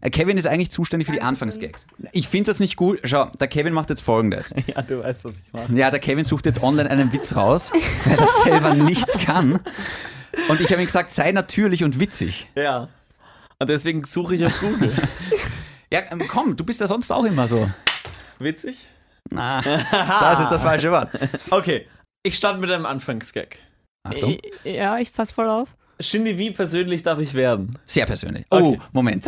Kevin ist eigentlich zuständig für die Anfangsgags. Ich finde das nicht gut. Schau, der Kevin macht jetzt Folgendes. Ja, du weißt, was ich mache. Ja, der Kevin sucht jetzt online einen Witz raus, weil er selber nichts kann. Und ich habe ihm gesagt, sei natürlich und witzig. Ja. Und deswegen suche ich auf Google. Ja, komm, du bist ja sonst auch immer so. Witzig? Na, das ist das falsche Wort. Okay, ich starte mit einem Anfangsgag. Achtung. Ja, ich pass voll auf. Shindy, wie persönlich darf ich werden? Sehr persönlich. Okay. Oh, Moment.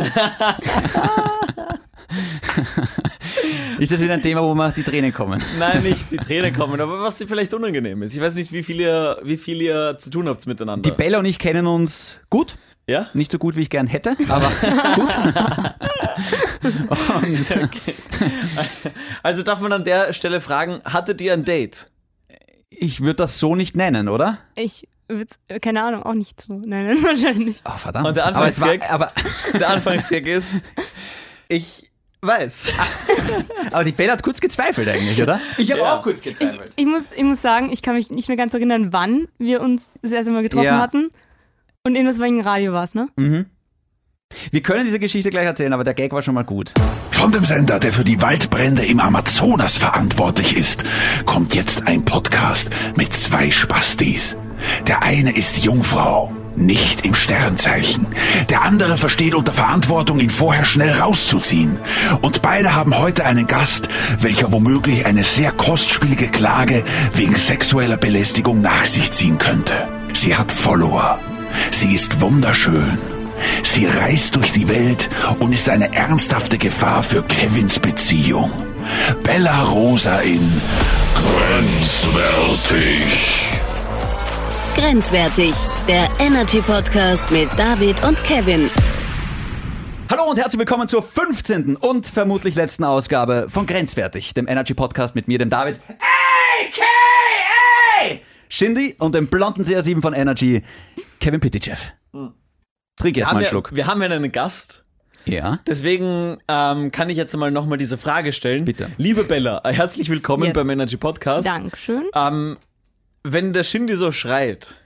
Ist das wieder ein Thema, wo mir die Tränen kommen? Nein, nicht die Tränen kommen, aber was dir vielleicht unangenehm ist. Ich weiß nicht, wie viel ihr zu tun habt miteinander. Die Bella und ich kennen uns gut. Ja? Nicht so gut, wie ich gern hätte, aber gut. Okay. Also darf man an der Stelle fragen, hattet ihr ein Date? Ich würde das so nicht nennen, oder? Ich würde keine Ahnung, auch nicht so nennen, wahrscheinlich. Oh, verdammt. Und der Aber es Anfangsgag, war- der Anfangsgag ist, ich weiß. Aber die Bella hat kurz gezweifelt eigentlich, oder? Ich habe Ja. auch kurz gezweifelt. Ich muss sagen, ich kann mich nicht mehr ganz erinnern, wann wir uns das erste Mal getroffen Ja. hatten. Und irgendwas war im Radio war's, ne? Mhm. Wir können diese Geschichte gleich erzählen, aber der Gag war schon mal gut. Von dem Sender, der für die Waldbrände im Amazonas verantwortlich ist, kommt jetzt ein Podcast mit 2 Spastis. Der eine ist Jungfrau, nicht im Sternzeichen. Der andere versteht unter Verantwortung, ihn vorher schnell rauszuziehen. Und beide haben heute einen Gast, welcher womöglich eine sehr kostspielige Klage wegen sexueller Belästigung nach sich ziehen könnte. Sie hat Follower. Sie ist wunderschön. Sie reist durch die Welt und ist eine ernsthafte Gefahr für Kevins Beziehung. Bella Rosa in Grenzwertig. Grenzwertig, der Energy Podcast mit David und Kevin. Hallo und herzlich willkommen zur 15. und vermutlich letzten Ausgabe von Grenzwertig, dem Energy Podcast mit mir, dem David, a.k.a. Shindy und dem blonden CR7 von Energy, Kevin Pitychev. Trink erst mal einen Schluck. Wir haben ja einen Gast. Ja. Deswegen kann ich jetzt mal nochmal diese Frage stellen. Bitte. Liebe Bella, herzlich willkommen Yes. beim Energy Podcast. Dankeschön. Wenn der Shindy so schreit,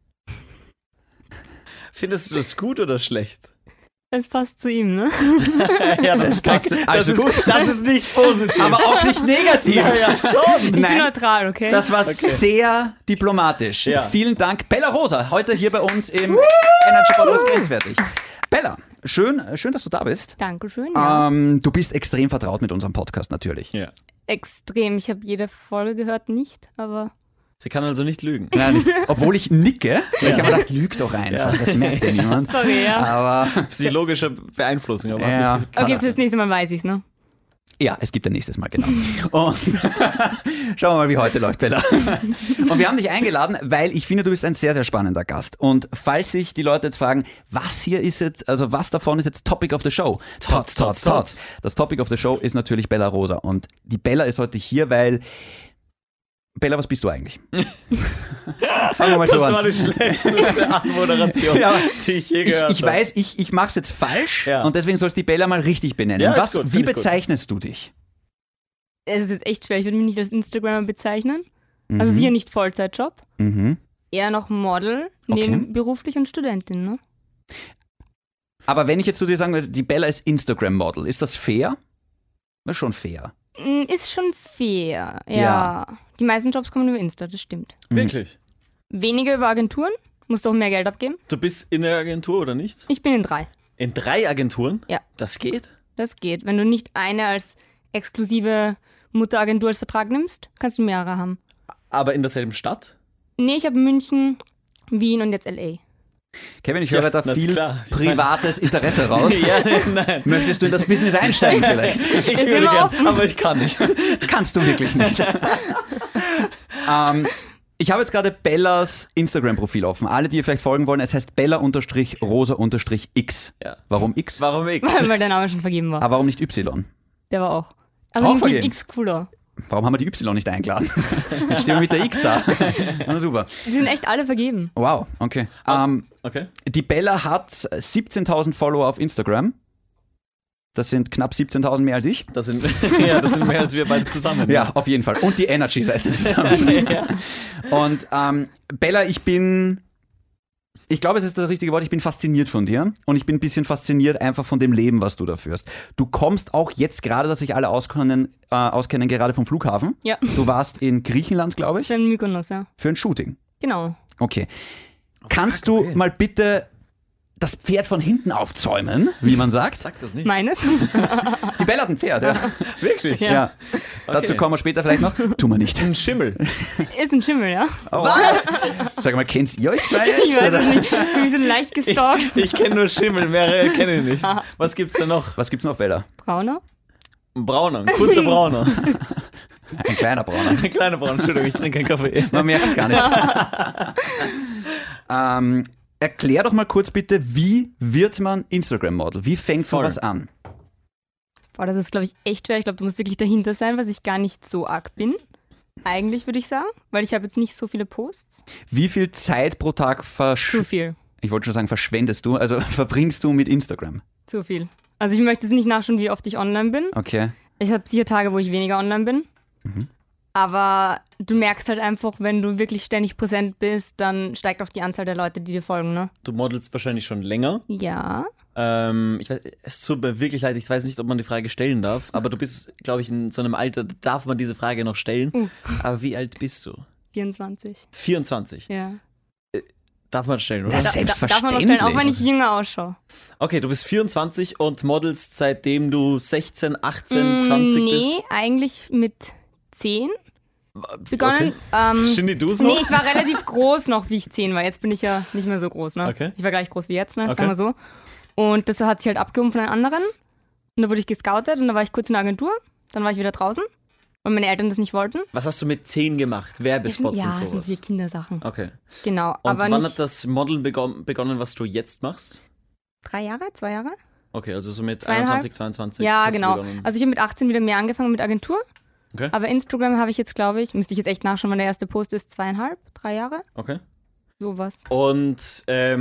findest du das gut oder schlecht? Es passt zu ihm, ne? Ja, das passt. Also ist, gut. das ist nicht positiv. Aber auch nicht negativ. ja, schon. Ich bin Nein, neutral, okay? das war sehr diplomatisch. Ja. Vielen Dank. Bella Rosa, heute hier bei uns im Energy Podcast Grenzwertig. Bella, schön, dass du da bist. Dankeschön, ja. Du bist extrem vertraut mit unserem Podcast natürlich. Ja. Extrem. Ich habe jede Folge gehört, nicht, aber Sie kann also nicht lügen. Nein, nicht. Obwohl ich nicke, weil ich habe gedacht, lüg doch einfach, das merkt ja niemand. sorry, ja. Aber Psychologische Beeinflussung. Aber Ja. hat nicht ge- Okay, fürs nächste Mal weiß ich's, ne? ja, es gibt ein nächstes Mal, genau. Und schauen wir mal, wie heute läuft, Bella. Und wir haben dich eingeladen, weil ich finde, du bist ein sehr, sehr spannender Gast. Und falls sich die Leute jetzt fragen, was hier ist jetzt, also was davon ist jetzt Topic of the Show? Tots. Das Topic of the Show ist natürlich Bella Rosa. Und die Bella ist heute hier, weil... Bella, was bist du eigentlich? Fangen wir mal so Das an. war die schlechteste Anmoderation, Ja, die ich je gehört Ich habe. weiß, ich mache es jetzt falsch Ja. und deswegen sollst du die Bella mal richtig benennen. Ja, ist gut, Wie find ich gut. bezeichnest du dich? Es ist jetzt echt schwer. Ich würde mich nicht als Instagrammer bezeichnen. Also sicher nicht Vollzeitjob. Mhm. Eher noch Model, Okay. nebenberuflich und Studentin, ne? Aber wenn ich jetzt zu dir sagen würde, die Bella ist Instagram-Model, ist das fair? Das ist schon fair. Ist schon fair, ja. Ja. Die meisten Jobs kommen über Insta, das stimmt. Wirklich? Weniger über Agenturen, musst auch mehr Geld abgeben. Du bist in der Agentur oder nicht? Ich bin in 3. In 3 Agenturen? Ja. Das geht? Das geht. Wenn du nicht eine als exklusive Mutteragentur als Vertrag nimmst, kannst du mehrere haben. Aber in derselben Stadt? Nee, ich habe München, Wien und jetzt L.A. Kevin, ich Ja, höre da na viel klar. Ich privates Interesse raus. Ja, nein. Möchtest du in das Business einsteigen vielleicht? Ich Ist würde immer gern, offen. aber ich kann nicht. Kannst du wirklich nicht. Ich habe jetzt gerade Bellas Instagram-Profil offen. Alle, die ihr vielleicht folgen wollen, es heißt Bella-Rosa-X. Ja. Warum X? Warum X? Weil der Name schon vergeben war. Aber warum nicht Y? Der war auch. Auch Aber ich vergeben? finde X cooler. Warum haben wir die Y nicht eingeladen? Jetzt stehen wir mit der X da. Na, super. Die sind echt alle vergeben. Wow, okay. Okay. Die Bella hat 17.000 Follower auf Instagram. Das sind knapp 17.000 mehr als ich. Das sind mehr als wir beide zusammen. Ja, auf jeden Fall. Und die Energy-Seite zusammen. Und Bella, ich bin Ich glaube, es ist das richtige Wort. Ich bin fasziniert von dir und ich bin ein bisschen fasziniert einfach von dem Leben, was du da führst. Du kommst auch jetzt gerade, dass sich alle auskennen, gerade vom Flughafen. Ja. Du warst in Griechenland, glaube ich, Für einen Mykonos, ja. für ein Shooting. Genau. Okay. Kannst du mal bitte das Pferd von hinten aufzäumen, wie man sagt? Sag das nicht. Meines? Die Bella hat ein Pferd, ja. Wirklich? Ja. Dazu kommen wir später vielleicht noch. Tun wir nicht. Ein Schimmel. Ist ein Schimmel, ja. Was? Sag mal, kennt ihr euch zwei jetzt? Ich weiß oder? es nicht. Ich bin so leicht gestalkt. Ich kenne nur Schimmel, mehrere kenne ich nicht. Was gibt's da noch? Was gibt's noch, Bella? Brauner? Ein brauner, ein kurzer brauner. Ein kleiner Brauner. Ein kleiner brauner, Entschuldigung, ich trinke keinen Kaffee. Man merkt es gar nicht. Erklär doch mal kurz bitte, wie wird man Instagram-Model? Wie fängt Voll. sowas an? Boah, das ist, glaube ich, echt schwer. Ich glaube, du musst wirklich dahinter sein, was ich gar nicht so arg bin. Eigentlich würde ich sagen, weil ich habe jetzt nicht so viele Posts. Wie viel Zeit pro Tag Zu viel. ich wollte schon sagen, verschwendest du, also verbringst du mit Instagram? Zu viel. Also ich möchte jetzt nicht nachschauen, wie oft ich online bin. Okay. Ich habe sicher Tage, wo ich weniger online bin. Aber du merkst halt einfach, wenn du wirklich ständig präsent bist, dann steigt auch die Anzahl der Leute, die dir folgen, ne? Du modelst wahrscheinlich schon länger. Ja. Ich weiß, es tut mir wirklich leid, ich weiß nicht, ob man die Frage stellen darf, aber du bist, glaube ich, in so einem Alter, da darf man diese Frage noch stellen. Aber wie alt bist du? 24. 24. Ja. Darf man stellen, oder? Das- Darf man noch stellen, Selbstverständlich. auch wenn ich jünger ausschaue. Okay, du bist 24 und modelst seitdem du 16, 18, 20 bist. Nee, eigentlich mit 10 begonnen. Shindy, du so? Nee, ich war relativ groß noch, wie ich 10 war. Jetzt bin ich ja nicht mehr so groß, ne? Okay. Ich war gleich groß wie jetzt, ne? Okay. Sagen wir so. Und das hat sich halt abgehoben von den anderen. Und da wurde ich gescoutet und da war ich kurz in der Agentur. Dann war ich wieder draußen, weil meine Eltern das nicht wollten. Was hast du mit 10 gemacht? Werbespots Ja, und das sind sowas? hier Kindersachen. Okay. Genau, Und aber wann nicht hat das Modeln begonnen, was du jetzt machst? 3 Jahre, 2 Jahre? Okay, also so mit 2,5? 21, 22. Ja, hast du genau. begonnen. Also ich habe mit 18 wieder mehr angefangen mit Agentur. Okay. Aber Instagram habe ich jetzt, glaube ich, müsste ich jetzt echt nachschauen, wann der erste Post ist, 2,5, 3 Jahre, Okay. sowas. Und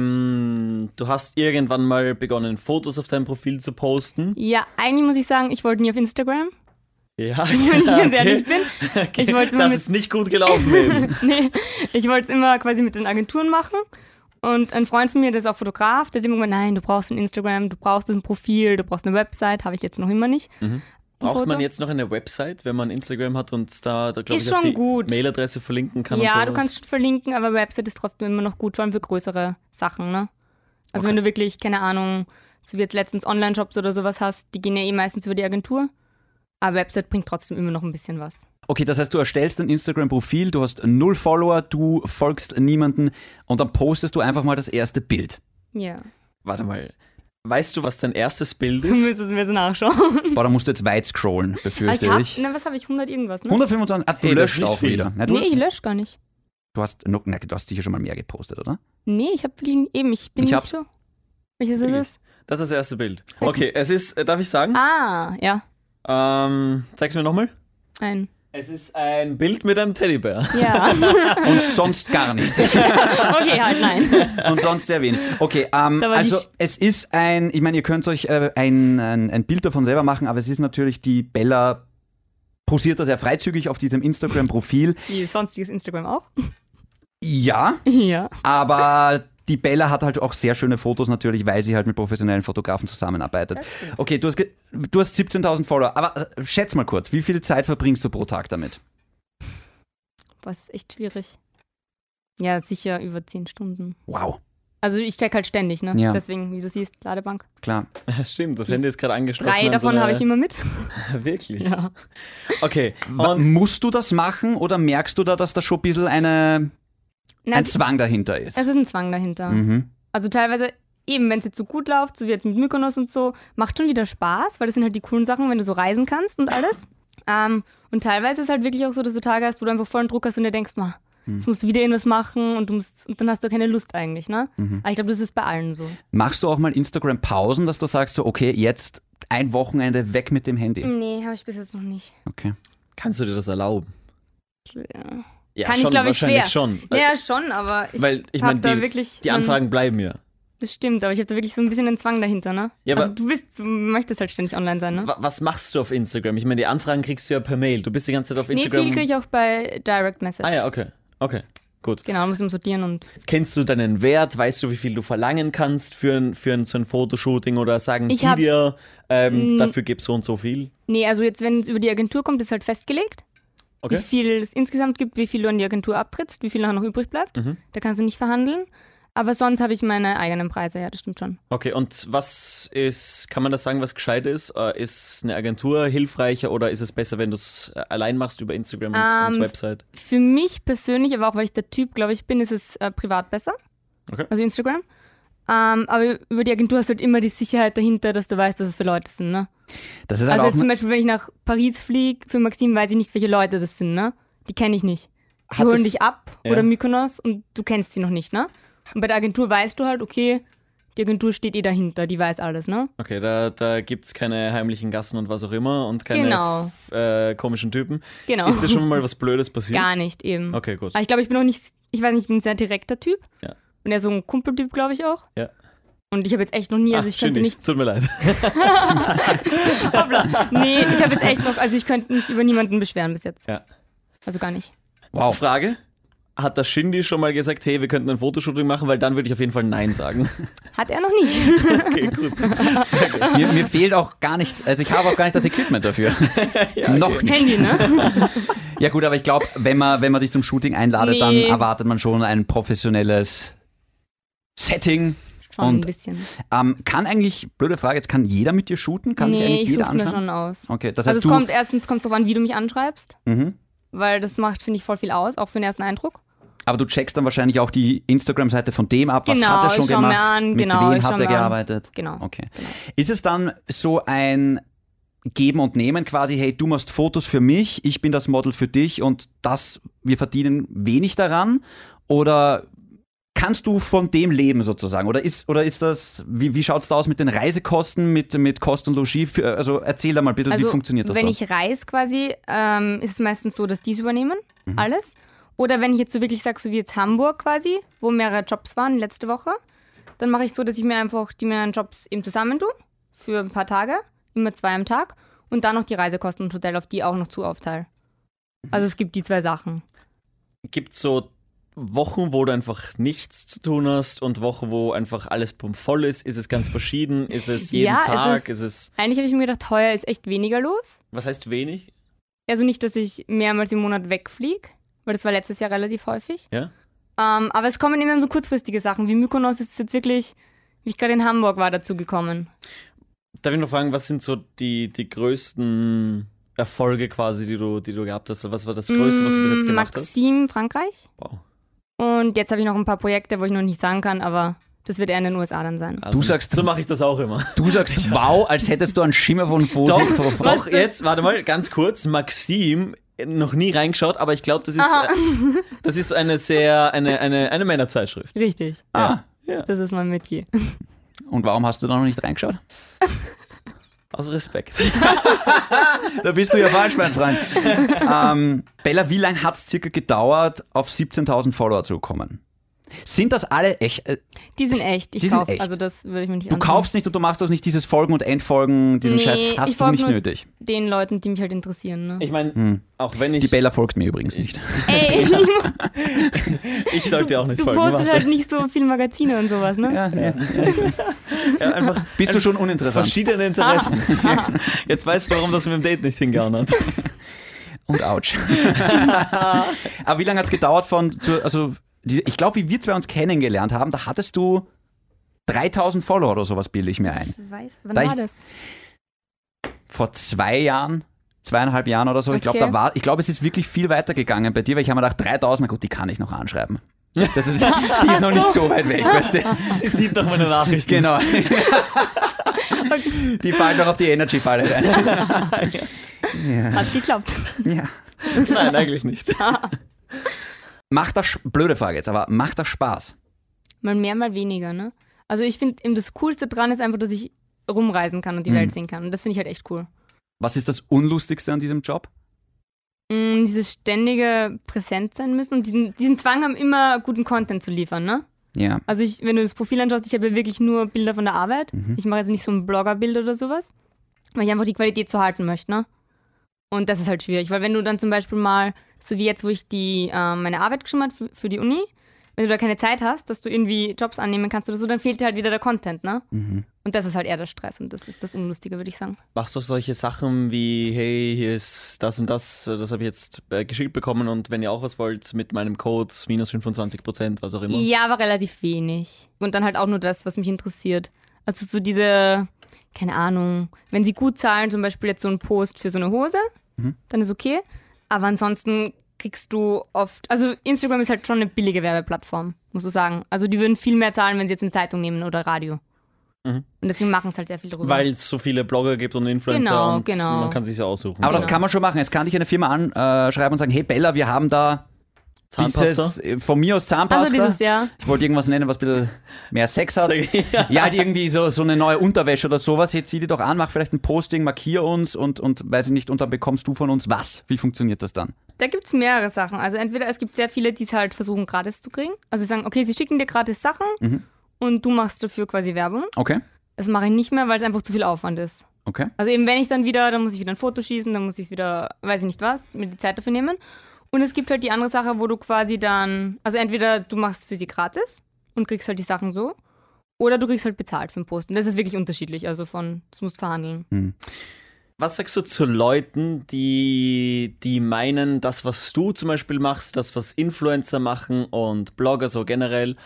du hast irgendwann mal begonnen, Fotos auf deinem Profil zu posten. Ja, eigentlich muss ich sagen, ich wollte nie auf Instagram, Ja, wenn ich ganz ehrlich bin. Okay. Ich wollte es immer Das mit, ist nicht gut gelaufen, eben. nee, ich wollte es immer quasi mit den Agenturen machen. Und ein Freund von mir, der ist auch Fotograf, der hat immer gesagt, nein, du brauchst ein Instagram, du brauchst ein Profil, du brauchst eine Website, habe ich jetzt noch immer nicht. Braucht Foto? man jetzt noch eine Website, wenn man Instagram hat und da glaube Ist ich, auch schon die gut. Mailadresse verlinken kann und Ja, sowas? du kannst verlinken, aber Website ist trotzdem immer noch gut, vor allem für größere Sachen, ne? Also Okay. wenn du wirklich, keine Ahnung, so wie jetzt letztens Online-Shops oder sowas hast, die gehen ja eh meistens über die Agentur. Aber Website bringt trotzdem immer noch ein bisschen was. Okay, das heißt, du erstellst ein Instagram-Profil, du hast 0 Follower, du folgst niemanden und dann postest du einfach mal das erste Bild. Ja. Warte mal. Weißt du, was dein erstes Bild Du ist? müsstest mir jetzt nachschauen. Boah, da musst du jetzt weit scrollen, befürchte ich. Was habe ich, 100 irgendwas, ne? 125, du Hey, das ist löscht nicht auch viel. wieder. Na, du, Nee, ich lösche gar nicht. du hast sicher schon mal mehr gepostet, oder? Nee, ich habe wirklich eben, ich bin Ich nicht hab's. so. Welches ist Wirklich? es? Das ist das erste Bild. Okay, es ist, darf ich sagen? Ah, ja. Zeig's mir nochmal. Ein. Es ist ein Bild mit einem Teddybär. Ja. Und sonst gar nichts. Okay, halt nein. Und sonst sehr wenig. Okay, war also nicht- es ist ich meine, ihr könnt euch ein Bild davon selber machen, aber es ist natürlich, die Bella posiert da sehr freizügig auf diesem Instagram-Profil. Wie sonstiges Instagram auch. Ja, Ja. aber die Bella hat halt auch sehr schöne Fotos natürlich, weil sie halt mit professionellen Fotografen zusammenarbeitet. Okay, du hast 17.000 Follower, aber schätz mal kurz, wie viel Zeit verbringst du pro Tag damit? Boah, das ist echt schwierig. Ja, sicher über 10 Stunden. Wow, Also ich check halt ständig, ne? Ja. Deswegen, wie du siehst, Ladebank. klar. Stimmt, das Handy ist gerade angeschlossen. 3 an davon so habe ich immer mit. Wirklich? Ja. Okay. Und Musst du das machen oder merkst du da, dass da schon ein bisschen ein Zwang dahinter ist? Es ist ein Zwang dahinter. Mhm. Also teilweise, eben wenn es jetzt so gut läuft, so wie jetzt mit Mykonos und so, macht schon wieder Spaß, weil das sind halt die coolen Sachen, wenn du so reisen kannst und alles. Und teilweise ist es halt wirklich auch so, dass du Tage hast, wo du einfach vollen Druck hast und dir denkst, jetzt musst du wieder irgendwas machen und dann hast du keine Lust eigentlich, ne? Aber ich glaube, das ist bei allen so. Machst du auch mal Instagram-Pausen, dass du sagst, so, okay, jetzt ein Wochenende weg mit dem Handy? Nee, habe ich bis jetzt noch nicht. Okay. kannst du dir das erlauben? Ja. Ja, Kann ich, schon, glaube ich, wahrscheinlich schwer. schon. Ja, schon, aber ich Weil ich hab meine, da wirklich die Anfragen bleiben ja. Das stimmt, aber ich habe da wirklich so ein bisschen einen Zwang dahinter, ne? Ja, aber- also du möchtest halt ständig online sein, ne? Was machst du auf Instagram? Ich meine, die Anfragen kriegst du ja per Mail. Du bist die ganze Zeit auf Nee, Instagram. viel kriege ich auch bei Direct Message. Ah ja, okay. Okay, gut. Genau, muss man sortieren und. Kennst du deinen Wert? Weißt du, wie viel du verlangen kannst für so ein Fotoshooting oder sagen Ich die hab- dir, dafür gibst so und so viel? Nee, also jetzt, wenn es über die Agentur kommt, ist halt festgelegt. Okay. Wie viel es insgesamt gibt, wie viel du an die Agentur abtrittst, wie viel nachher noch übrig bleibt. Da kannst du nicht verhandeln. Aber sonst habe ich meine eigenen Preise, ja, das stimmt schon. Okay, und kann man das sagen, was gescheit ist? Ist eine Agentur hilfreicher oder ist es besser, wenn du es allein machst über Instagram und Website? Für mich persönlich, aber auch weil ich der Typ, glaube ich, bin, ist es privat besser. Okay. Also Instagram. Aber über die Agentur hast du halt immer die Sicherheit dahinter, dass du weißt, was es für Leute sind, ne? Das ist Also aber jetzt auch zum Beispiel, wenn ich nach Paris fliege, für Maxim weiß ich nicht, welche Leute das sind, ne? Die kenne ich nicht. Die Hat holen es- dich ab Ja. oder Mykonos und du kennst sie noch nicht, ne? Und bei der Agentur weißt du halt, okay, die Agentur steht dahinter, die weiß alles, ne? Okay, da gibt es keine heimlichen Gassen und was auch immer und keine Genau. komischen Typen. Genau. Ist dir schon mal was Blödes passiert? Gar nicht, eben. Okay, gut. Aber ich glaube, ich bin noch nicht, ich weiß nicht, ich bin ein sehr direkter Typ. Ja. Und er ist so ein Kumpeltyp, glaube ich auch. Ja. Und ich habe jetzt echt noch nie, also ich könnte Shindy, nicht, tut mir leid. hoppla, nee, ich habe jetzt echt noch, also ich könnte mich über niemanden beschweren bis jetzt. Ja. Also gar nicht. wow. Frage, hat der Shindy schon mal gesagt, hey, wir könnten ein Fotoshooting machen, weil dann würde ich auf jeden Fall Nein sagen. Hat er noch nicht. Okay, gut. Sehr gut. Mir fehlt auch gar nichts, also ich habe auch gar nicht das Equipment dafür. Noch nicht. Handy, ne? Ja gut, aber ich glaube, wenn man dich zum Shooting einladet, dann Nee. erwartet man schon ein professionelles Setting. Schon ein Und bisschen. kann eigentlich, blöde Frage, jetzt kann jeder mit dir shooten? Kann dich Nee, eigentlich ich jeder suche mir anschauen? schon aus. Okay, das Also heißt es kommt erstens kommt drauf an, wie du mich anschreibst, weil das macht, finde ich, voll viel aus, auch für den ersten Eindruck. aber du checkst dann wahrscheinlich auch die Instagram-Seite von dem ab, was Genau, hat er schon ich schau mir gemacht, an, mit genau, wem ich hat schau er mir an. gearbeitet? Genau. Okay. Ist es dann so ein Geben und Nehmen quasi, hey, du machst Fotos für mich, ich bin das Model für dich und wir verdienen wenig daran? Oder kannst du von dem leben sozusagen? Oder ist das, wie schaut es da aus mit den Reisekosten, mit Kost und Logis? Also erzähl da mal ein bisschen, Also wie funktioniert das wenn so? ich reise quasi, ist es meistens so, dass die es übernehmen, alles. Oder wenn ich jetzt so wirklich sage, so wie jetzt Hamburg quasi, wo mehrere Jobs waren letzte Woche, dann mache ich so, dass ich mir einfach die mehreren Jobs eben zusammen tue, für ein paar Tage, immer 2 am Tag und dann noch die Reisekosten und Hotel auf die auch noch zu aufteile. Also es gibt die 2 Sachen. Gibt es so Wochen, wo du einfach nichts zu tun hast und Wochen, wo einfach alles voll ist? Ist es ganz verschieden? Ist es jeden Ja, Tag? es Ist es, Eigentlich habe ich mir gedacht, heuer ist echt weniger los. was heißt wenig? Also nicht, dass ich mehrmals im Monat wegfliege, weil das war letztes Jahr relativ häufig. Ja? Aber es kommen immer so kurzfristige Sachen. Wie Mykonos ist es jetzt wirklich, wie ich gerade in Hamburg war, dazu gekommen. Darf ich noch fragen, was sind so die größten Erfolge quasi, die du gehabt hast? Was war das Größte, was du bis jetzt gemacht hast? Maxim, Frankreich. Wow. Und jetzt habe ich noch ein paar Projekte, wo ich noch nicht sagen kann, aber das wird eher in den USA dann sein. Also, Du sagst- so mache ich das auch immer. Du sagst wow, als hättest du einen Schimmer von wo Doch, sie- doch, jetzt, warte mal, ganz kurz. Maxim, noch nie reingeschaut, aber ich glaube, das ist eine eine Männerzeitschrift. Richtig. Ah, Das ist mein Metier. und warum hast du da noch nicht reingeschaut? Aus Respekt. Da bist du ja falsch, mein Freund. Bella, wie lange hat es circa gedauert, auf 17.000 Follower zu kommen? Sind das alle echt? Die sind echt. Die Ich sind kaufe, echt. also das würde ich mir nicht Du antun. kaufst nicht und du machst auch nicht dieses Folgen und Entfolgen, diesen Nee, Scheiß. ich Hast du folge nicht nur- nötig. Den Leuten, die mich halt interessieren. Ne? Ich meine, auch wenn ich... Die Bella folgt mir übrigens nicht. Ey, Ich sollte dir auch nicht du folgen. postest Warte. halt nicht so viel Magazine und sowas, ne? Ja, einfach Bist du schon uninteressant? verschiedene Interessen. Jetzt weißt du, warum das mit dem Date nicht hingehauen hat. Und ouch. Aber wie lange hat es gedauert ich glaube, wie wir zwei uns kennengelernt haben, da hattest du 3.000 Follower oder sowas, bilde ich mir ein. Ich weiß. Wann Da war ich- das? Vor 2 Jahren, 2,5 Jahren oder so. Ich Okay. glaube, es ist wirklich viel weiter gegangen bei dir, weil ich habe mir gedacht, 3.000, na gut, die kann ich noch anschreiben. Die ist noch nicht so weit weg, weißt du? Ich sehe doch meine Nachrichten. Genau. Die fallen doch auf die Energy-Falle rein. Hat geklappt. Ja. Nein, eigentlich nicht. Macht das, blöde Frage jetzt, aber macht das Spaß? Mal mehr, mal weniger, ne? Also ich finde, eben das Coolste dran ist einfach, dass ich rumreisen kann und die Welt sehen kann. Und das finde ich halt echt cool. Was ist das Unlustigste an diesem Job? Dieses ständige Präsent sein müssen und diesen Zwang haben, immer guten Content zu liefern, ne? Ja. Also wenn du das Profil anschaust, ich habe ja wirklich nur Bilder von der Arbeit. Ich mache jetzt nicht so ein Bloggerbild oder sowas, weil ich einfach die Qualität so halten möchte, ne? Und das ist halt schwierig, weil wenn du dann zum Beispiel mal so wie jetzt, wo ich meine Arbeit geschrieben habe für die Uni, wenn du da keine Zeit hast, dass du irgendwie Jobs annehmen kannst oder so, dann fehlt dir halt wieder der Content, ne? Und das ist halt eher der Stress und das ist das Unlustige, würde ich sagen. Machst du solche Sachen wie, hey, hier ist das und das habe ich jetzt geschickt bekommen und wenn ihr auch was wollt, mit meinem Code minus 25%, was auch immer? Ja, aber relativ wenig. Und dann halt auch nur das, was mich interessiert. Also so diese, keine Ahnung, wenn sie gut zahlen, zum Beispiel jetzt so ein Post für so eine Hose, dann ist okay. Aber ansonsten kriegst du oft, also Instagram ist halt schon eine billige Werbeplattform, musst du sagen. Also die würden viel mehr zahlen, wenn sie jetzt eine Zeitung nehmen oder Radio. Und deswegen machen es halt sehr viel darüber. Weil es so viele Blogger gibt und Influencer und man kann sich ja aussuchen. Aber das kann man schon machen. Jetzt kann dich eine Firma anschreiben und sagen, hey Bella, wir haben da Zahnpasta? Von mir aus Zahnpasta. Also dieses, ja. Ich wollte irgendwas nennen, was ein bisschen mehr Sex hat. Ja, halt irgendwie so eine neue Unterwäsche oder sowas. Jetzt zieh die doch an, mach vielleicht ein Posting, markier uns und weiß ich nicht, und dann bekommst du von uns was. Wie funktioniert das dann? Da gibt es mehrere Sachen. Also entweder es gibt sehr viele, die es halt versuchen gratis zu kriegen. Also sie sagen, okay, sie schicken dir gratis Sachen und du machst dafür quasi Werbung. Okay. Das mache ich nicht mehr, weil es einfach zu viel Aufwand ist. Okay. Also eben wenn ich dann muss ich wieder ein Foto schießen, dann muss ich wieder, weiß ich nicht was, mir die Zeit dafür nehmen. Und es gibt halt die andere Sache, wo du quasi dann, also entweder du machst für sie gratis und kriegst halt die Sachen so, oder du kriegst halt bezahlt für den Post. Und das ist wirklich unterschiedlich, also das musst du verhandeln. Was sagst du zu Leuten, die meinen, das, was du zum Beispiel machst, das, was Influencer machen und Blogger so generell,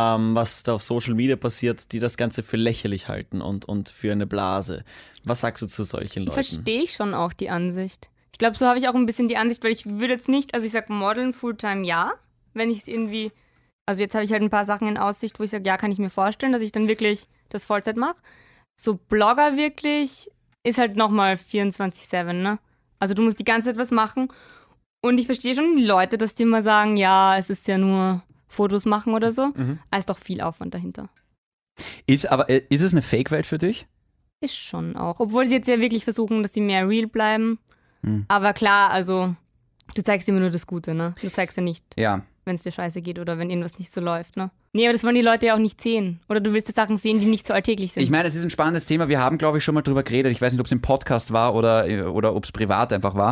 was da auf Social Media passiert, die das Ganze für lächerlich halten und für eine Blase? Was sagst du zu solchen Leuten? Verstehe ich schon auch die Ansicht. Ich glaube, so habe ich auch ein bisschen die Ansicht, weil ich würde jetzt nicht, also ich sage Modeln Fulltime ja, wenn ich es irgendwie, also jetzt habe ich halt ein paar Sachen in Aussicht, wo ich sage, ja, kann ich mir vorstellen, dass ich dann wirklich das Vollzeit mache. So Blogger wirklich ist halt nochmal 24/7, ne? Also du musst die ganze Zeit was machen und ich verstehe schon die Leute, dass die immer sagen, ja, es ist ja nur Fotos machen oder so, aber ist doch viel Aufwand dahinter. Ist es eine Fake-Welt für dich? Ist schon auch, obwohl sie jetzt ja wirklich versuchen, dass sie mehr real bleiben. Aber klar, also du zeigst immer nur das Gute, ne? Du zeigst ja nicht, wenn es dir scheiße geht oder wenn irgendwas nicht so läuft, ne? Nee, aber das wollen die Leute ja auch nicht sehen. Oder du willst ja Sachen sehen, die nicht so alltäglich sind. Ich meine, es ist ein spannendes Thema. Wir haben, glaube ich, schon mal drüber geredet. Ich weiß nicht, ob es im Podcast war oder ob es privat einfach war.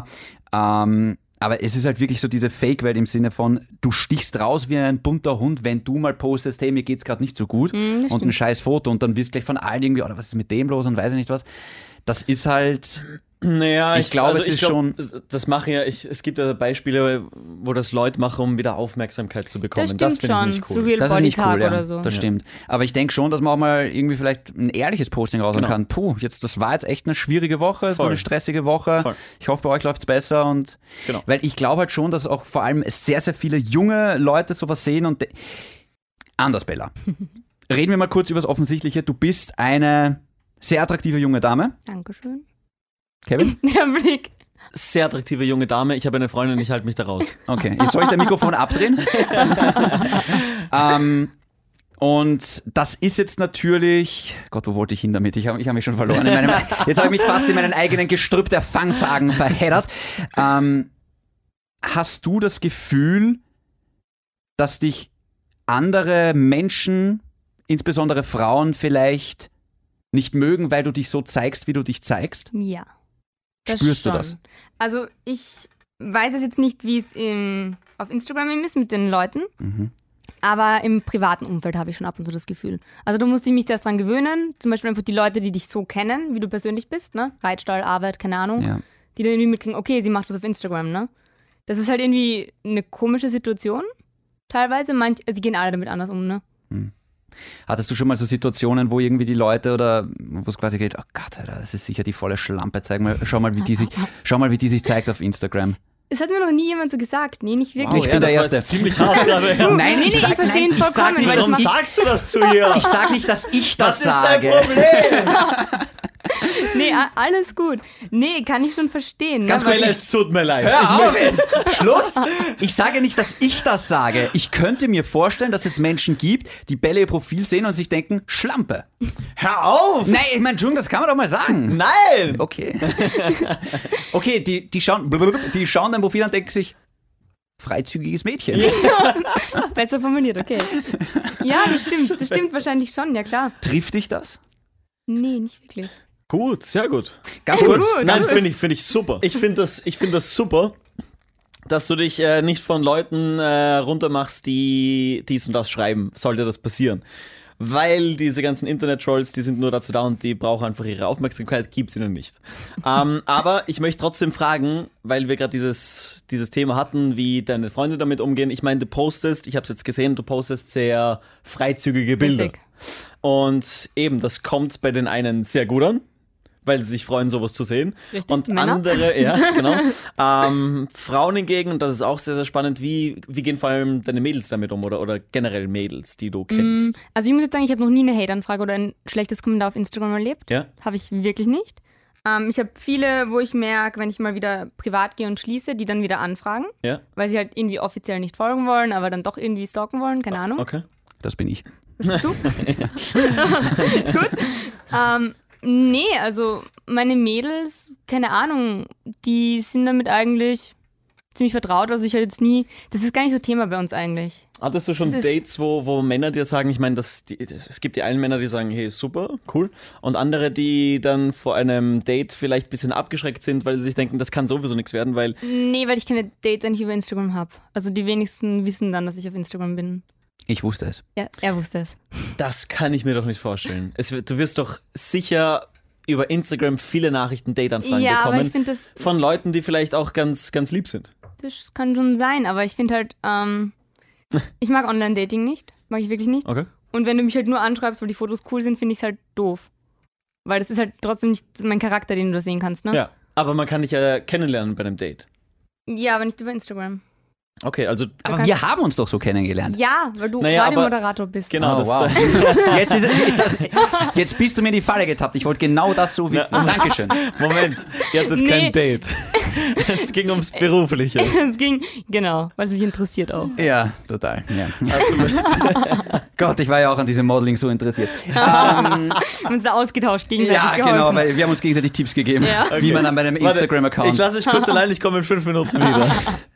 Aber es ist halt wirklich so diese Fake-Welt im Sinne von, du stichst raus wie ein bunter Hund, wenn du mal postest, hey, mir geht's gerade nicht so gut und ein scheiß Foto und dann wirst gleich von allen irgendwie, oder was ist mit dem los und weiß ich nicht was. Das ist halt... Naja, ich glaube, es ist schon... Das machen ja, es gibt ja Beispiele, wo das Leute machen, um wieder Aufmerksamkeit zu bekommen. Das finde ich nicht cool. So wie das ist nicht cool, ja. Oder so. Das stimmt. Aber ich denke schon, dass man auch mal irgendwie vielleicht ein ehrliches Posting raushauen kann. Das war jetzt echt eine schwierige Woche, es war eine stressige Woche. Voll. Ich hoffe, bei euch läuft es besser. Und weil ich glaube halt schon, dass auch vor allem sehr, sehr viele junge Leute sowas sehen und anders, Bella. Reden wir mal kurz über das Offensichtliche. Du bist eine sehr attraktive junge Dame. Dankeschön. Kevin? Der Blick. Sehr attraktive junge Dame. Ich habe eine Freundin, ich halte mich da raus. Okay, jetzt soll ich dein Mikrofon abdrehen? Und das ist jetzt natürlich... Gott, wo wollte ich hin damit? Ich hab mich schon verloren. Jetzt habe ich mich fast in meinen eigenen Gestrüpp der Fangfragen verheddert. Hast du das Gefühl, dass dich andere Menschen, insbesondere Frauen, vielleicht nicht mögen, weil du dich so zeigst, wie du dich zeigst? Ja. Spürst du das? Also ich weiß es jetzt nicht, wie es auf Instagram ist mit den Leuten, aber im privaten Umfeld habe ich schon ab und zu das Gefühl. Also du musst dich mich erst dran gewöhnen, zum Beispiel einfach die Leute, die dich so kennen, wie du persönlich bist, ne? Reitstall, Arbeit, keine Ahnung, die dann irgendwie mitkriegen, okay, sie macht das auf Instagram, ne? Das ist halt irgendwie eine komische Situation, teilweise. Sie gehen alle damit anders um, ne? Hattest du schon mal so Situationen, wo irgendwie die Leute oder wo es quasi geht, oh Gott, Alter, das ist sicher die volle Schlampe, schau mal, wie die sich zeigt auf Instagram. Es hat mir noch nie jemand so gesagt, nee, nicht wirklich. Wow, ich bin der Erste. Ziemlich hart gerade. Nein, ich verstehe ihn vollkommen. Warum sagst du das zu ihr? Ich sag nicht, dass ich das sage. Das ist dein Problem. Nee, alles gut. Nee, kann ich schon verstehen. Ganz kurz, es tut mir leid. Hör auf jetzt! Schluss! Ich sage nicht, dass ich das sage. Ich könnte mir vorstellen, dass es Menschen gibt, die Bälle ihr Profil sehen und sich denken, Schlampe. Hör auf! Nein, ich meine, Entschuldigung, das kann man doch mal sagen. Nein! Okay. Okay, die schauen dein Profil an und denken sich, freizügiges Mädchen. Ja, besser formuliert, okay. Ja, das stimmt wahrscheinlich schon, ja klar. Trifft dich das? Nee, nicht wirklich. Gut, sehr gut. Ganz kurz. Nein, finde ich super. Ich finde das super, dass du dich nicht von Leuten runtermachst, die dies und das schreiben, sollte das passieren. Weil diese ganzen Internet-Trolls, die sind nur dazu da und die brauchen einfach ihre Aufmerksamkeit, gibt's ihnen nicht. Aber ich möchte trotzdem fragen, weil wir gerade dieses Thema hatten, wie deine Freunde damit umgehen. Ich meine, du postest, ich habe es jetzt gesehen, du postest sehr freizügige Bilder. Richtig. Und eben, das kommt bei den einen sehr gut an, weil sie sich freuen, sowas zu sehen. Richtig, Und Männer. andere, ja, genau. Frauen hingegen, und das ist auch sehr, sehr spannend, wie gehen vor allem deine Mädels damit um oder generell Mädels, die du kennst? Also ich muss jetzt sagen, ich habe noch nie eine Hate-Anfrage oder ein schlechtes Kommentar auf Instagram erlebt. Ja? Habe ich wirklich nicht. Ich habe viele, wo ich merke, wenn ich mal wieder privat gehe und schließe, die dann wieder anfragen, Ja? weil sie halt irgendwie offiziell nicht folgen wollen, aber dann doch irgendwie stalken wollen, keine Ahnung. Okay. Das bin ich. Das bist du? Gut. Nee, also meine Mädels, keine Ahnung, die sind damit eigentlich ziemlich vertraut. Also ich hatte jetzt nie, das ist gar nicht so Thema bei uns eigentlich. Hattest du schon Das ist- Dates, wo Männer dir sagen, ich meine, es gibt die einen Männer, die sagen, hey, super, cool. Und andere, die dann vor einem Date vielleicht ein bisschen abgeschreckt sind, weil sie sich denken, das kann sowieso nichts werden, weil Nee, weil ich keine Dates eigentlich über Instagram habe. Also die wenigsten wissen dann, dass ich auf Instagram bin. Ich wusste es. Ja, er wusste es. das kann ich mir doch nicht vorstellen. Du wirst doch sicher über Instagram viele Nachrichten, Date-Anfragen Ja, aber bekommen ich finde von Leuten, die vielleicht auch ganz, ganz lieb sind. das kann schon sein, aber ich finde halt, ich mag Online-Dating nicht. Mag ich wirklich nicht. Okay. Und wenn du mich halt nur anschreibst, weil die Fotos cool sind, finde ich es halt doof. Weil das ist halt trotzdem nicht mein Charakter, den du da sehen kannst, ne? Ja, aber man kann dich ja kennenlernen bei einem Date. Ja, aber nicht über Instagram. Okay, also Aber wir haben uns doch so kennengelernt. Ja, weil du Naja, aber- Radiomoderator bist. genau, Oh, das wow. Jetzt bist du mir in die Falle getappt. Ich wollte genau das so wissen. Dankeschön. Moment, ihr hattet Nee. kein Date. Es ging ums Berufliche. Es ging, genau, weil es mich interessiert auch. Ja, total. Ja. Gott, ich war ja auch an diesem Modeling so interessiert. Wir haben uns da ausgetauscht, gegenseitig Ja, geholfen. genau, weil wir haben uns gegenseitig Tipps gegeben, Ja. wie man an meinem Warte, Instagram-Account. Ich lasse dich kurz allein, ich komme in 5 Minuten wieder.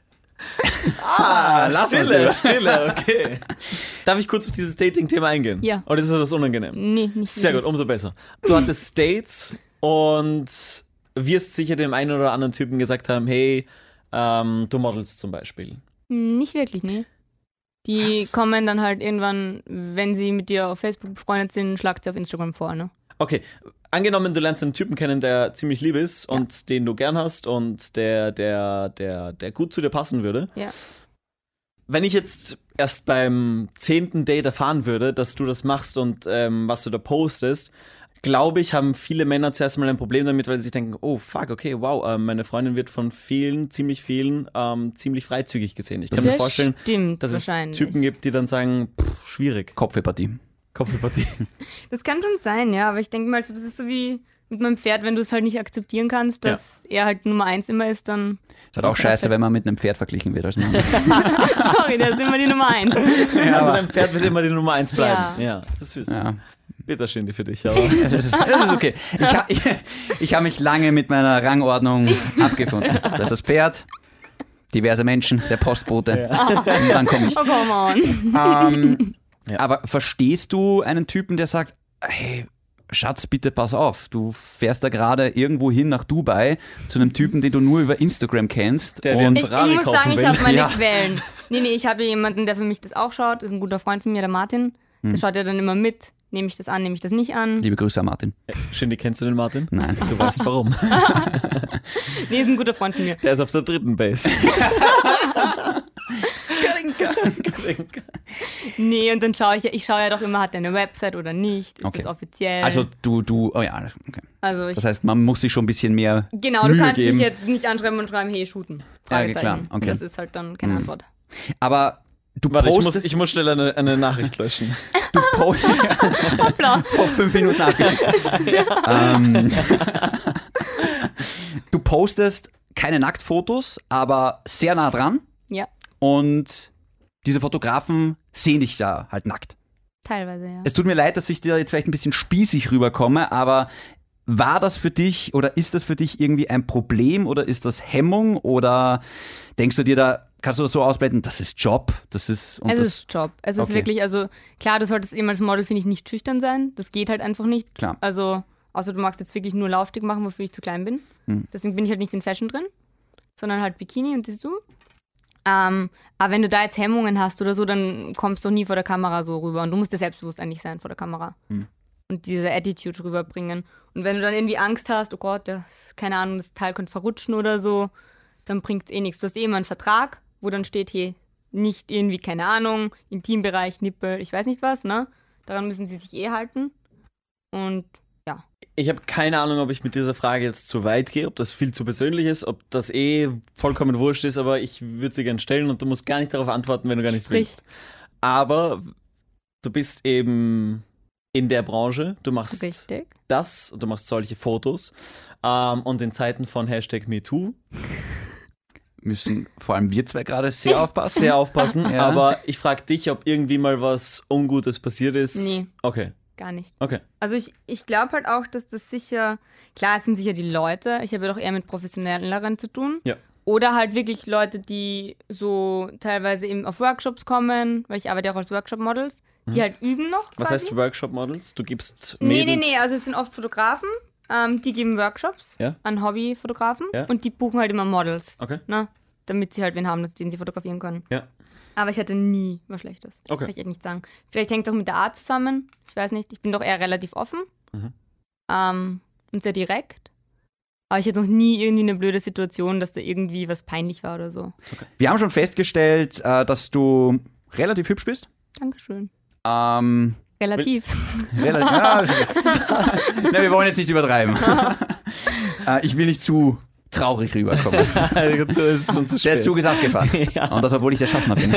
lass mal's Stille, okay. Darf ich kurz auf dieses Dating-Thema eingehen? Ja. Oder ist das unangenehm? Nee, nicht Sehr gut, wirklich. umso besser. Du hattest Dates und wirst sicher dem einen oder anderen Typen gesagt haben, hey, du modelst zum Beispiel. Nicht wirklich, nee. Die Was? kommen dann halt irgendwann, wenn sie mit dir auf Facebook befreundet sind, schlagt sie auf Instagram vor, ne? Okay, angenommen, du lernst einen Typen kennen, der ziemlich lieb ist und den du gern hast und der gut zu dir passen würde. Ja. Wenn ich jetzt erst beim 10. Date erfahren würde, dass du das machst und was du da postest, glaube ich, haben viele Männer zuerst mal ein Problem damit, weil sie sich denken, oh fuck, okay, wow, meine Freundin wird von ziemlich vielen, ziemlich freizügig gesehen. Ich kann mir Das vorstellen, stimmt dass es wahrscheinlich. Typen gibt, die dann sagen, schwierig, Kopfwehpartie. Kopfpartie. Das kann schon sein, ja, aber ich denke mal, so, das ist so wie mit meinem Pferd, wenn du es halt nicht akzeptieren kannst, dass er halt Nummer 1 immer ist, dann Ist halt auch scheiße, wenn man mit einem Pferd verglichen wird als Mann. sorry, der ist immer die Nummer 1. Also dein Pferd wird immer die Nummer 1 bleiben. Ja. Ja, das ist süß. Ja. Bitter Shindy für dich, aber Das ist okay. Ich hab mich lange mit meiner Rangordnung abgefunden. Das ist das Pferd, diverse Menschen, der Postbote. Und dann komme ich. Oh, come on. Ja. Aber verstehst du einen Typen, der sagt, hey, Schatz, bitte pass auf, du fährst da gerade irgendwo hin nach Dubai zu einem Typen, den du nur über Instagram kennst. Der dir und einen Ich Ferrari muss kaufen sagen, ich will. habe meine Ja. Quellen. Nee, ich habe jemanden, der für mich das auch schaut, ist ein guter Freund von mir, der Martin. Der schaut ja dann immer mit. Nehme ich das an, nehme ich das nicht an? Liebe Grüße an Martin. Shindy, kennst du den Martin? Nein. Du weißt warum. Nee, ist ein guter Freund von mir. Der ist auf der 3. Base. Nee, und dann schaue ich schaue ja doch immer, hat er eine Website oder nicht? Ist Okay. das offiziell? Also oh ja, okay. Also ich, Das heißt, man muss sich schon ein bisschen mehr genau, du Mühe kannst geben. mich jetzt nicht anschreiben und schreiben, hey, shooten. Ja, Fragezeichen. klar, okay. Das ist halt dann keine Antwort. Aber du Warte, postest... ich muss schnell eine Nachricht löschen. Hoppla. vor 5 Minuten abgeschickt. Du postest keine Nacktfotos, aber sehr nah dran Ja, und diese Fotografen sehen dich da halt nackt. teilweise, ja. Es tut mir leid, dass ich dir jetzt vielleicht ein bisschen spießig rüberkomme, aber war das für dich oder ist das für dich irgendwie ein Problem oder ist das Hemmung oder denkst du dir da, kannst du das so ausblenden, das ist Job, das ist... Und Es das, ist Job. Es ist Okay. wirklich, also klar, du solltest eben als Model, finde ich, nicht schüchtern sein. Das geht halt einfach nicht. Klar. Also, außer du magst jetzt wirklich nur Laufsteg machen, wofür ich zu klein bin. Hm. Deswegen bin ich halt nicht in Fashion drin, sondern halt Bikini und Dessous. Aber wenn du da jetzt Hemmungen hast oder so, dann kommst du nie vor der Kamera so rüber. Und du musst dir selbstbewusst eigentlich sein vor der Kamera. Und diese Attitude rüberbringen. Und wenn du dann irgendwie Angst hast, oh Gott, keine Ahnung, das Teil könnte verrutschen oder so, dann bringt es eh nichts. Du hast immer einen Vertrag, wo dann steht, hey, nicht irgendwie, keine Ahnung, Intimbereich, Nippel, ich weiß nicht was, ne? Daran müssen sie sich halten. Und ja. Ich habe keine Ahnung, ob ich mit dieser Frage jetzt zu weit gehe, ob das viel zu persönlich ist, ob das vollkommen wurscht ist, aber ich würde sie gerne stellen und du musst gar nicht darauf antworten, wenn du gar nicht willst. Aber du bist eben in der Branche, du machst das, du machst solche Fotos und in Zeiten von #MeToo müssen vor allem wir zwei gerade sehr aufpassen. Sehr aufpassen, Ja. aber ich frage dich, ob irgendwie mal was Ungutes passiert ist. Nee. Okay. Gar nicht. Okay. Also ich glaube halt auch, dass das sicher, klar, es sind sicher die Leute, ich habe ja doch eher mit Professionelleren zu tun. Ja. Oder halt wirklich Leute, die so teilweise eben auf Workshops kommen, weil ich arbeite ja auch als Workshop-Models, die halt üben noch quasi. Was heißt Workshop-Models? Du gibst Mädels... Nee, also es sind oft Fotografen, die geben Workshops Ja. an Hobbyfotografen Ja. und die buchen halt immer Models, Okay. ne? Damit sie halt wen haben, den sie fotografieren können. Ja. Aber ich hatte nie was Schlechtes. Okay. Kann ich echt nicht sagen. Vielleicht hängt es auch mit der Art zusammen. Ich weiß nicht. Ich bin doch eher relativ offen und sehr direkt. Aber ich hatte noch nie irgendwie eine blöde Situation, dass da irgendwie was peinlich war oder so. Wir haben schon festgestellt, dass du relativ hübsch bist. Dankeschön. Relativ, Relativ. ja, na, wir wollen jetzt nicht übertreiben. Ich will nicht zu traurig rüberkommen. Das ist schon zu spät. Der Zug ist abgefahren. Ja. Und das, obwohl ich der Schaffner bin.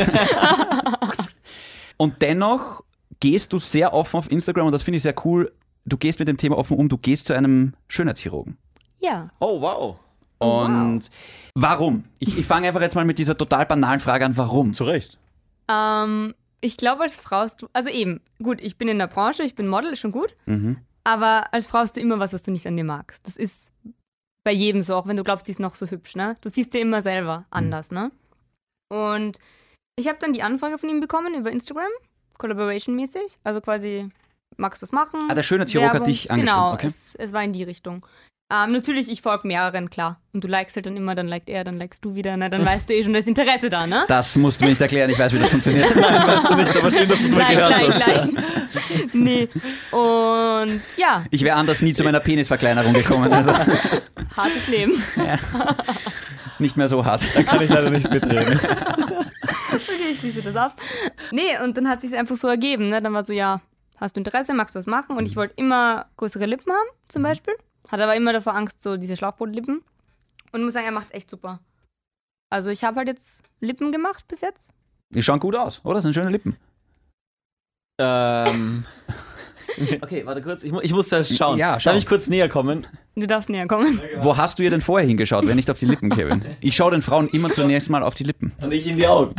Und dennoch gehst du sehr offen auf Instagram und das finde ich sehr cool. Du gehst mit dem Thema offen um, du gehst zu einem Schönheitschirurgen. Ja. Oh, wow. Und warum? Ich fange einfach jetzt mal mit dieser total banalen Frage an, warum? Zu Recht. Ich glaube, als Frau hast du, also eben, gut, ich bin in der Branche, ich bin Model, ist schon gut. Mhm. Aber als Frau hast du immer was du nicht an dir magst. Das ist bei jedem so, auch wenn du glaubst, die ist noch so hübsch, ne? Du siehst dir immer selber anders, ne? Und ich habe dann die Anfrage von ihm bekommen über Instagram, Collaboration-mäßig. Also quasi, magst du was machen? Ah, der Schönheitschirurg hat Werbung. dich angeschrieben, Genau, okay. es war in die Richtung. Natürlich, ich folge mehreren, klar. Und du likest halt dann immer, dann liked er, dann likest du wieder, ne? Dann weißt du schon, da ist Interesse da, ne? Das musst du mir nicht erklären, ich weiß, wie das funktioniert. Nein, weißt du nicht, aber schön, dass du es mal gehört hast. Nee, und ja, Ich wäre anders nie zu meiner Penisverkleinerung gekommen. Also hartes Leben. nicht mehr so hart. Kann ich leider nicht mitreden. Okay, ich schließe das ab. Nee, und dann hat sich einfach so ergeben, ne? Dann war so, ja, hast du Interesse, magst du was machen? Und ich wollte immer größere Lippen haben, zum Beispiel. Hatte aber immer davor Angst, so diese Schlauchbootlippen. Und muss sagen, er macht es echt super. Also ich habe halt jetzt Lippen gemacht bis jetzt. Die schauen gut aus, oder? Das sind schöne Lippen. Okay, warte kurz. Ich muss erst schauen. Ja, schau. Darf ich kurz näher kommen? Du darfst näher kommen. Wo hast du ihr denn vorher hingeschaut, wenn nicht auf die Lippen, Kevin? Ich schaue den Frauen immer zunächst mal auf die Lippen. Und ich in die Augen.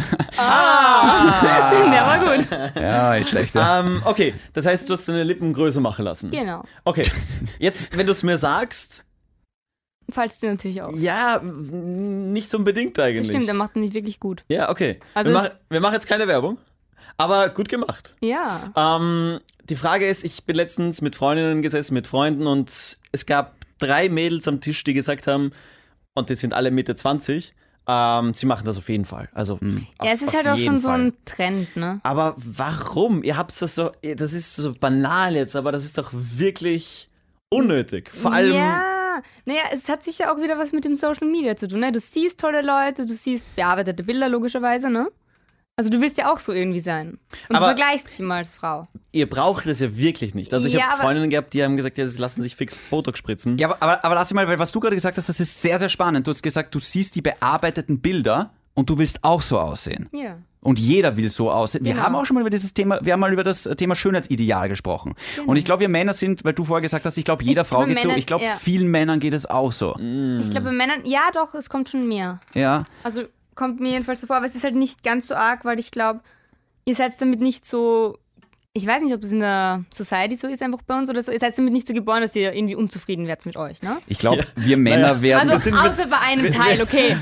Der war gut. Ja, nicht schlecht. Ja. Okay, das heißt, du hast deine Lippen größer machen lassen. Genau. Okay, jetzt, wenn du es mir sagst, Falls du natürlich auch. ja, nicht so unbedingt eigentlich. Das stimmt, der macht es nämlich wirklich gut. Ja, okay. Also wir machen jetzt keine Werbung, aber gut gemacht. Ja. Die Frage ist, ich bin letztens mit Freundinnen gesessen, mit Freunden und es gab 3 Mädels am Tisch, die gesagt haben, und die sind alle Mitte 20, sie machen das auf jeden Fall. Also Ja, es ist halt auch schon so ein Trend, ne? Aber warum? Ihr habt das so, das ist so banal jetzt, aber das ist doch wirklich unnötig. Vor allem, Ja, naja, es hat sicher auch wieder was mit dem Social Media zu tun, ne? Du siehst tolle Leute, du siehst bearbeitete Bilder logischerweise, ne? Also du willst ja auch so irgendwie sein. Und Aber- du vergleichst dich immer als Frau. ihr braucht das ja wirklich nicht. Also ich Ja, habe aber- Freundinnen gehabt, die haben gesagt, ja, sie lassen sich fix Botox spritzen. Ja, aber lass mich mal, weil was du gerade gesagt hast, das ist sehr, sehr spannend. Du hast gesagt, du siehst die bearbeiteten Bilder und du willst auch so aussehen. Ja. Und jeder will so aussehen. Wir Genau. haben auch schon mal über dieses Thema, wir haben mal über das Thema Schönheitsideal gesprochen. Und ich glaube, wir Männer sind, weil du vorher gesagt hast, ich glaube, jeder Ist Frau bei geht so, Männern- ich glaube, ja. vielen Männern geht es auch so. Ich glaube, bei Männern, ja doch, es kommt schon mehr. Ja. Also kommt mir jedenfalls so vor, aber es ist halt nicht ganz so arg, weil ich glaube, ihr seid damit nicht so, ich weiß nicht, ob es in der Society so ist einfach bei uns oder so, ihr seid damit nicht so geboren, dass ihr irgendwie unzufrieden werdet mit euch, ne? Ich glaube, wir Männer werden... Also außer bei einem Teil, okay.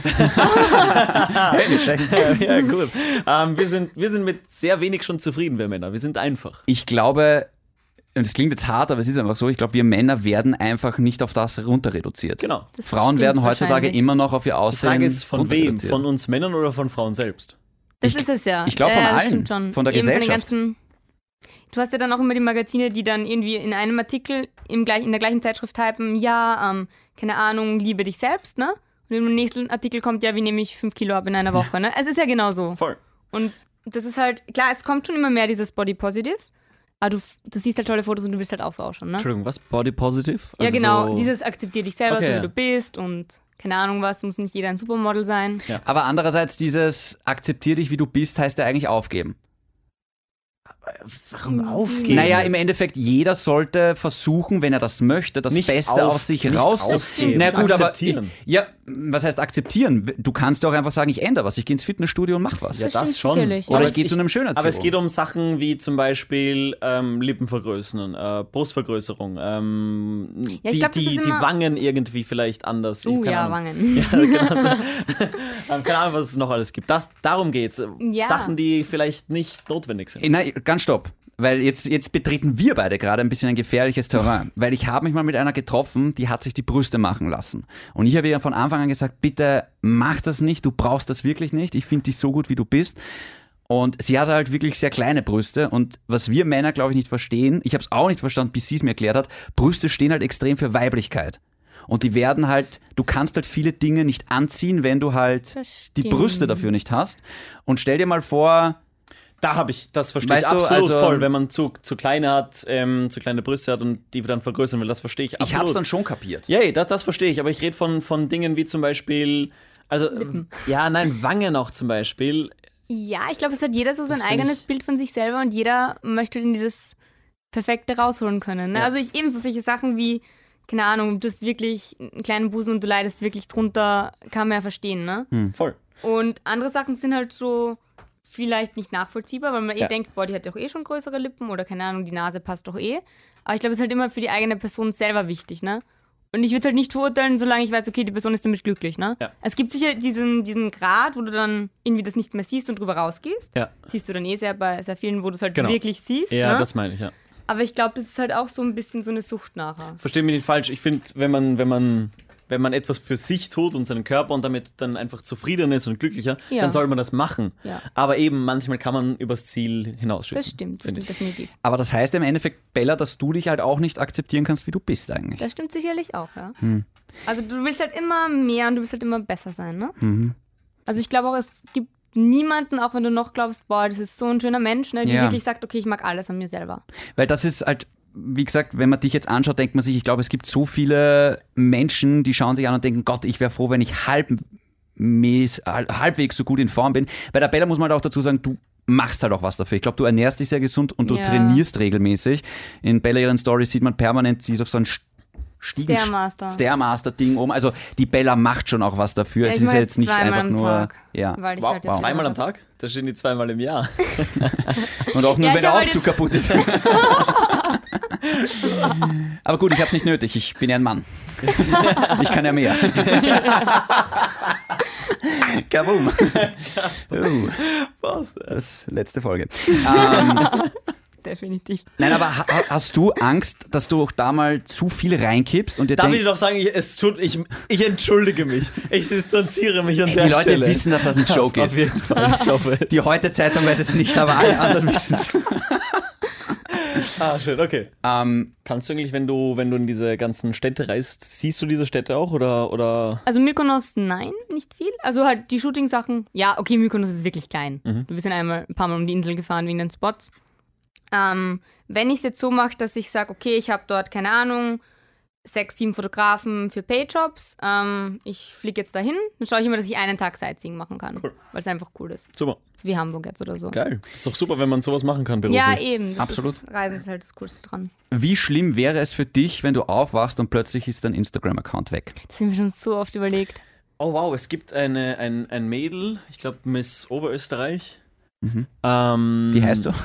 Ja, gut. Wir sind mit sehr wenig schon zufrieden, wir Männer. Wir sind einfach. Ich glaube, und es klingt jetzt hart, aber es ist einfach so, ich glaube, wir Männer werden einfach nicht auf das runter reduziert. Genau. Das Frauen stimmt werden heutzutage wahrscheinlich. immer noch auf ihr Die Aussehen Frage ist, von runter wem? reduziert. Von uns Männern oder von Frauen selbst? Das ist es ja. ich glaube von das allen, stimmt schon. von der Eben Gesellschaft. Du hast ja dann auch immer die Magazine, die dann irgendwie in einem Artikel in der gleichen Zeitschrift typen, keine Ahnung, liebe dich selbst, ne? Und im nächsten Artikel kommt ja, wie nehme ich 5 Kilo ab in einer Woche, ne? Es ist ja genau so. Voll. Und das ist halt, klar, es kommt schon immer mehr dieses Body Positive, aber du siehst halt tolle Fotos und du willst halt auch so ausschauen, ne? Entschuldigung, was? Body Positive? Ja, Also genau, so- dieses akzeptier dich selber, Okay, so wie ja. du bist und keine Ahnung was, muss nicht jeder ein Supermodel sein. Ja. Aber andererseits dieses akzeptier dich, wie du bist, heißt ja eigentlich aufgeben. Warum aufgeben? Naja, im Endeffekt, jeder sollte versuchen, wenn er das möchte, das Nicht Beste auf- aus sich nicht rauszuholen. aufgeben. Na gut, aber Akzeptieren. ja, was heißt akzeptieren? Du kannst doch einfach sagen, ich ändere was, ich gehe ins Fitnessstudio und mach was. Ja, Das das stimmt schon. sicherlich, ja. Oder Aber ich gehe zu einem Schönheitschirurgen. Aber es geht um Sachen wie zum Beispiel Lippen vergrößern, Brustvergrößerung, Ja, ich glaub, das ist die immer- Wangen irgendwie vielleicht anders. Ich hab keine Ja, Ahnung. Wangen. Ja, genau. Keine Ahnung, was es noch alles gibt. Darum geht's. Ja. Sachen, die vielleicht nicht notwendig sind. Nein, ganz stopp. Weil jetzt betreten wir beide gerade ein bisschen ein gefährliches Terrain. Weil ich habe mich mal mit einer getroffen, die hat sich die Brüste machen lassen. Und ich habe ihr von Anfang an gesagt, bitte mach das nicht, du brauchst das wirklich nicht. Ich finde dich so gut, wie du bist. Und sie hatte halt wirklich sehr kleine Brüste. Und was wir Männer, glaube ich, nicht verstehen, ich habe es auch nicht verstanden, bis sie es mir erklärt hat, Brüste stehen halt extrem für Weiblichkeit. Und die werden halt, du kannst halt viele Dinge nicht anziehen, wenn du halt Das die stimmt. Brüste dafür nicht hast. Und stell dir mal vor, Das verstehe ich Weißt du, absolut also- voll, wenn man zu kleine hat, zu kleine Brüste hat und die dann vergrößern will. Das verstehe ich absolut. ich habe es dann schon kapiert. Ja, das verstehe ich, aber ich rede von Dingen wie zum Beispiel, also, Wangen auch zum Beispiel. Ja, ich glaube, es hat jeder so sein find eigenes ich- Bild von sich selber und jeder möchte irgendwie das Perfekte rausholen können. Ne? Ja. Also ich ebenso solche Sachen wie, keine Ahnung, du hast wirklich einen kleinen Busen und du leidest wirklich drunter, kann man ja verstehen, ne? Voll. Und andere Sachen sind halt so vielleicht nicht nachvollziehbar, weil man Ja. denkt, boah, die hat doch eh schon größere Lippen oder keine Ahnung, die Nase passt doch eh. Aber ich glaube, es ist halt immer für die eigene Person selber wichtig, ne? Und ich würde halt nicht verurteilen, solange ich weiß, okay, die Person ist damit glücklich, ne? Ja. Es gibt sicher diesen Grad, wo du dann irgendwie das nicht mehr siehst und drüber rausgehst. Ja. Siehst du dann eh sehr bei sehr vielen, wo du es halt Genau. wirklich siehst, Ja, ne? das meine ich, ja. Aber ich glaube, das ist halt auch so ein bisschen so eine Sucht nachher. Versteh mich nicht falsch. Ich finde, wenn man etwas für sich tut und seinen Körper und damit dann einfach zufriedener ist und glücklicher, Ja. dann soll man das machen. Ja. Aber eben, manchmal kann man übers Ziel hinausschießen. Das stimmt finde ich. definitiv. Aber das heißt im Endeffekt, Bella, dass du dich halt auch nicht akzeptieren kannst, wie du bist eigentlich. Das stimmt sicherlich auch, ja. Also du willst halt immer mehr und du willst halt immer besser sein, ne? Also ich glaube auch, es gibt niemanden, auch wenn du noch glaubst, boah, das ist so ein schöner Mensch, ne, die Ja. wirklich sagt, okay, ich mag alles an mir selber. Weil das ist halt, wie gesagt, wenn man dich jetzt anschaut, denkt man sich, ich glaube, es gibt so viele Menschen, die schauen sich an und denken, Gott, ich wäre froh, wenn ich halbwegs so gut in Form bin. Bei der Bella muss man halt auch dazu sagen, du machst halt auch was dafür. Ich glaube, du ernährst dich sehr gesund und du Ja. trainierst regelmäßig. In Bella ihren Stories sieht man permanent, sie ist auf so ein Stairmaster. Stairmaster-Ding oben. Also die Bella macht schon auch was dafür. Ja, Es ich ist mach ja jetzt jetzt nicht zweimal einfach am nur... Tag, Ja. Weil ich Wow, halt jetzt wow. Zweimal am Tag? Da stehen die zweimal im Jahr. Und auch nur, Ja, wenn ich der hab halt Aufzug jetzt- kaputt ist. Aber gut, ich hab's nicht nötig. Ich bin ja ein Mann. Ich kann ja mehr. Kaboom. Was? Das letzte Folge. Definitiv. Nein, aber hast du Angst, dass du auch da mal zu viel reinkippst und dir Darf ich denkst, doch sagen, ich entschuldige mich. Ich distanziere mich an die der Leute Stelle. wissen, dass das ein Joke Auf ist. jeden Fall, ich hoffe es. Die Heute-Zeitung weiß es nicht, aber alle anderen wissen es. Schön, okay. Kannst du eigentlich, wenn du in diese ganzen Städte reist, siehst du diese Städte auch oder? Also Mykonos, nein, nicht viel. Also halt die Shooting-Sachen, ja, okay, Mykonos ist wirklich klein. Wir sind ein paar Mal um die Insel gefahren wegen den Spots. Wenn ich es jetzt so mache, dass ich sage, okay, ich habe dort, keine Ahnung, 6, 7 Fotografen für Paid-Jobs, ich fliege jetzt dahin, dann schaue ich immer, dass ich einen Tag Sightseeing machen kann, Cool. weil es einfach cool ist. Super. So wie Hamburg jetzt oder so. Geil. Ist doch super, wenn man sowas machen kann beruflich. Ja, eben. Das Absolut. Reisen ist halt das Coolste dran. Wie schlimm wäre es für dich, wenn du aufwachst und plötzlich ist dein Instagram-Account weg? Das haben wir schon so oft überlegt. Oh wow, es gibt ein Mädel, ich glaube Miss Oberösterreich. Mhm. Die Wie heißt du?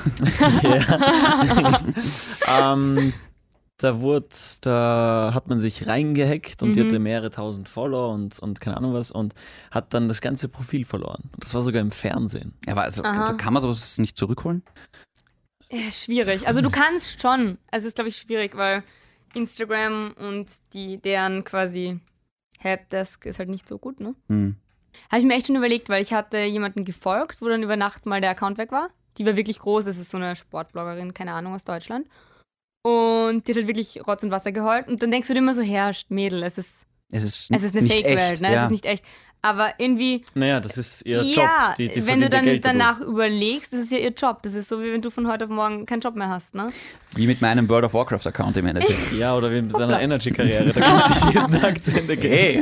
Da hat man sich reingehackt und die hatte mehrere tausend Follower und keine Ahnung was und hat dann das ganze Profil verloren. Und das war sogar im Fernsehen. Ja, aber also Aha. kann man sowas nicht zurückholen? Ja, schwierig. Also du kannst schon. Also es ist, glaube ich, schwierig, weil Instagram und deren quasi Helpdesk ist halt nicht so gut, ne? Habe ich mir echt schon überlegt, weil ich hatte jemanden gefolgt, wo dann über Nacht mal der Account weg war. Die war wirklich groß, das ist so eine Sportbloggerin, keine Ahnung, aus Deutschland. Und die hat halt wirklich Rotz und Wasser geheult. Und dann denkst du dir immer so, herrscht, Mädel, es ist eine nicht Fake-Welt, echt, ne? ja. Es ist nicht echt. Aber irgendwie, Naja, das ist ihr Job. ja, Die wenn du verdient ihr dann Geld dadurch. danach überlegst, das ist ja ihr Job. Das ist so, wie wenn du von heute auf morgen keinen Job mehr hast, ne? Wie mit meinem World of Warcraft-Account im Endeffekt. Ja, oder wie mit deiner Energy-Karriere. Da kann sich jeden Tag zu Ende gehen.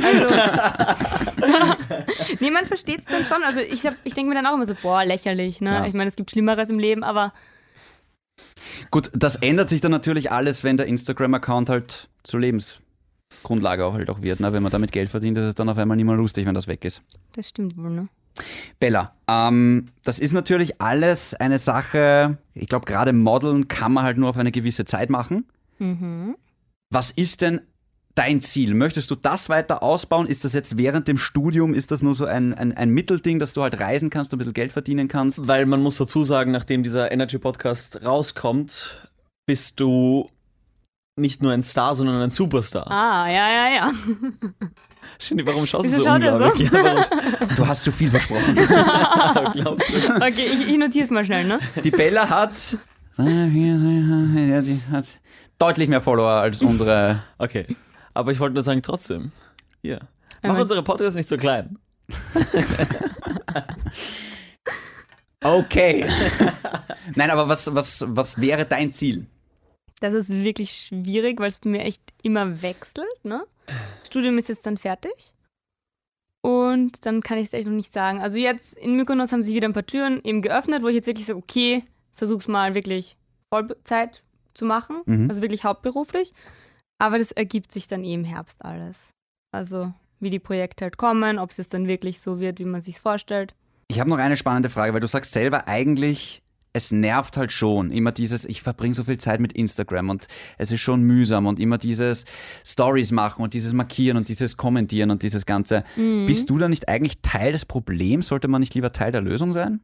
Nee, man versteht es dann schon. Also ich denke mir dann auch immer so, boah, lächerlich, ne? Klar. Ich meine, es gibt Schlimmeres im Leben, aber Gut, das ändert sich dann natürlich alles, wenn der Instagram-Account halt zur Lebensgrundlage auch halt auch wird. Ne? Wenn man damit Geld verdient, ist es dann auf einmal nicht mehr lustig, wenn das weg ist. das stimmt wohl, ne? Bella, das ist natürlich alles eine Sache, ich glaube, gerade Modeln kann man halt nur auf eine gewisse Zeit machen. Was ist denn dein Ziel? Möchtest du das weiter ausbauen? Ist das jetzt während dem Studium, ist das nur so ein Mittelding, dass du halt reisen kannst, du ein bisschen Geld verdienen kannst? Weil man muss dazu sagen, nachdem dieser Energy-Podcast rauskommt, bist du nicht nur ein Star, sondern ein Superstar. Ah, ja. Shindy, warum schaust du Wieso so schaut er so? unglaublich? Ja, warum Du hast zu viel versprochen. glaubst du? Okay, ich notiere es mal schnell, ne? Die Bella hat deutlich mehr Follower als unsere. Okay, aber ich wollte nur sagen, trotzdem, hier, mach Aber- unsere Podcast nicht so klein. Okay. Nein, aber was wäre dein Ziel? Das ist wirklich schwierig, weil es bei mir echt immer wechselt, ne? Studium ist jetzt dann fertig. Und dann kann ich es echt noch nicht sagen. Also jetzt in Mykonos haben sich wieder ein paar Türen eben geöffnet, wo ich jetzt wirklich sage, okay, versuch's mal wirklich Vollzeit zu machen. Also wirklich hauptberuflich. Aber das ergibt sich dann im Herbst alles. Also wie die Projekte halt kommen, ob es jetzt dann wirklich so wird, wie man sich's vorstellt. Ich habe noch eine spannende Frage, weil du sagst selber eigentlich, es nervt halt schon. Immer dieses, ich verbringe so viel Zeit mit Instagram und es ist schon mühsam und immer dieses Stories machen und dieses Markieren und dieses Kommentieren und dieses Ganze. Bist du da nicht eigentlich Teil des Problems? Sollte man nicht lieber Teil der Lösung sein?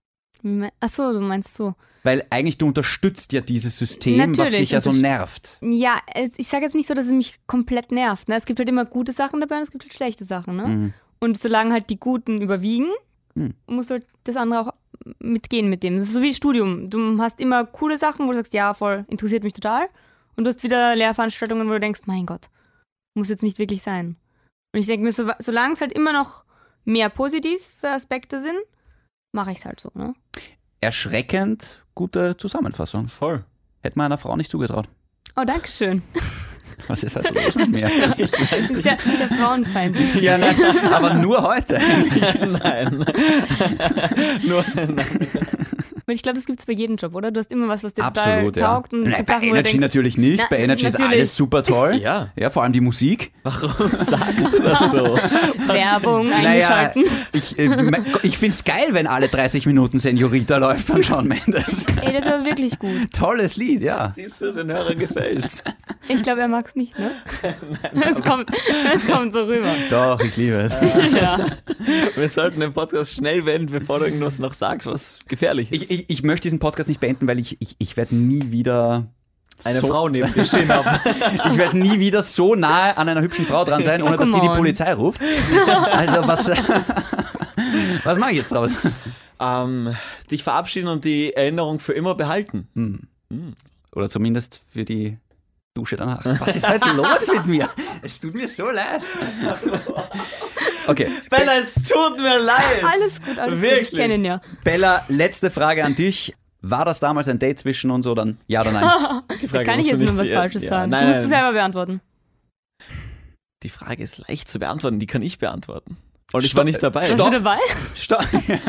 Achso, du meinst so. Weil eigentlich du unterstützt ja dieses System, was Natürlich, dich ja so nervt. Ja, ich sage jetzt nicht so, dass es mich komplett nervt. Ne? Es gibt halt immer gute Sachen dabei und es gibt halt schlechte Sachen. Ne? Und solange halt die guten überwiegen, musst du halt das andere auch mitgehen mit dem. Das ist so wie Studium. Du hast immer coole Sachen, wo du sagst, ja, voll, interessiert mich total. Und du hast wieder Lehrveranstaltungen, wo du denkst, mein Gott, muss jetzt nicht wirklich sein. Und ich denke mir, solange es halt immer noch mehr positive Aspekte sind, mache ich es halt so. Ne? Erschreckend gute Zusammenfassung. Voll. Hätte man einer Frau nicht zugetraut. Oh, danke schön. Was ist halt los mit mir? Ich weiß Das ist nicht. ja frauenfeindlich. Ja, nein, aber nur heute. Nein. Nur, nein. Und ich glaube, das gibt es bei jedem Job, oder? Du hast immer was dir Absolut, total ja. taugt. Und es Nein, gibt bei Sachen, wo du Energy denkst, natürlich nicht. Na, Bei Energy ist natürlich. alles super toll. Ja. Ja, vor allem die Musik. Warum sagst du das so? Werbung Naja, eingeschalten. ich finde es geil, wenn alle 30 Minuten Senorita läuft von Shawn Mendes. Ey, das war wirklich gut. Tolles Lied, ja. Siehst du, den Hörern gefällt's. Ich glaube, er mag es nicht, ne? Es kommt so rüber. Doch, ich liebe es. Ja. Wir sollten den Podcast schnell beenden, bevor du irgendwas noch sagst, was gefährlich ist. Ich möchte diesen Podcast nicht beenden, weil ich werde nie wieder Eine so, Frau neben dir stehen haben. Ich werde nie wieder so nahe an einer hübschen Frau dran sein, ohne dass die come on. Polizei ruft. Also was mache ich jetzt draus? Dich verabschieden und die Erinnerung für immer behalten. Oder zumindest für die Dusche danach. Was ist heute los mit mir? Es tut mir so leid. Okay, Bella, es tut mir leid. Alles gut, alles Wirklich? gut. Ich kenne ihn ja. Bella, letzte Frage an dich. War das damals ein Date zwischen uns oder ja oder nein? Die Da kann ich musst du jetzt nur nicht- was Falsches sagen. Nein, Du musst es nein. selber beantworten. Die Frage ist leicht zu beantworten, die kann ich beantworten. Und ich war nicht dabei. Warst Stopp. du dabei? Stopp.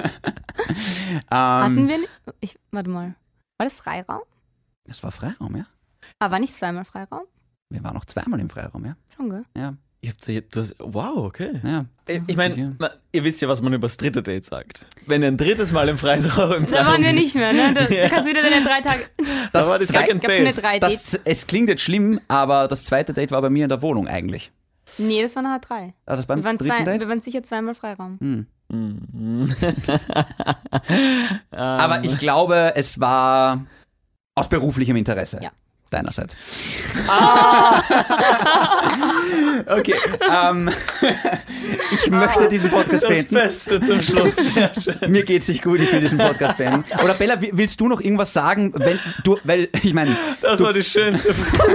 Hatten wir nicht? Warte mal. War das Freiraum? Das war Freiraum, ja. War nicht zweimal Freiraum? Wir waren noch zweimal im Freiraum, ja. Schon, gell? Ja. Wow, okay. Ja. Ich meine, ihr wisst ja, was man über das dritte Date sagt. Wenn ihr ein drittes Mal im Freiraum Da waren wir nicht mehr, ne? Da kannst du wieder deine 3 Tage. Da war die Second Gab's eine Base. 3 Dates? Es klingt jetzt schlimm, aber das zweite Date war bei mir in der Wohnung eigentlich. Nee, das war nachher 3. Ah, das beim Wir waren, dritten Date? wir waren sicher zweimal Freiraum. Aber ich glaube, es war Aus beruflichem Interesse? Ja. Deinerseits. Okay, ich möchte diesen Podcast beenden. Das Beste zum Schluss. Sehr schön. Mir geht's nicht gut, ich will diesen Podcast beenden. Oder Bella, willst du noch irgendwas sagen? Weil ich meine... Das war die schönste Frage.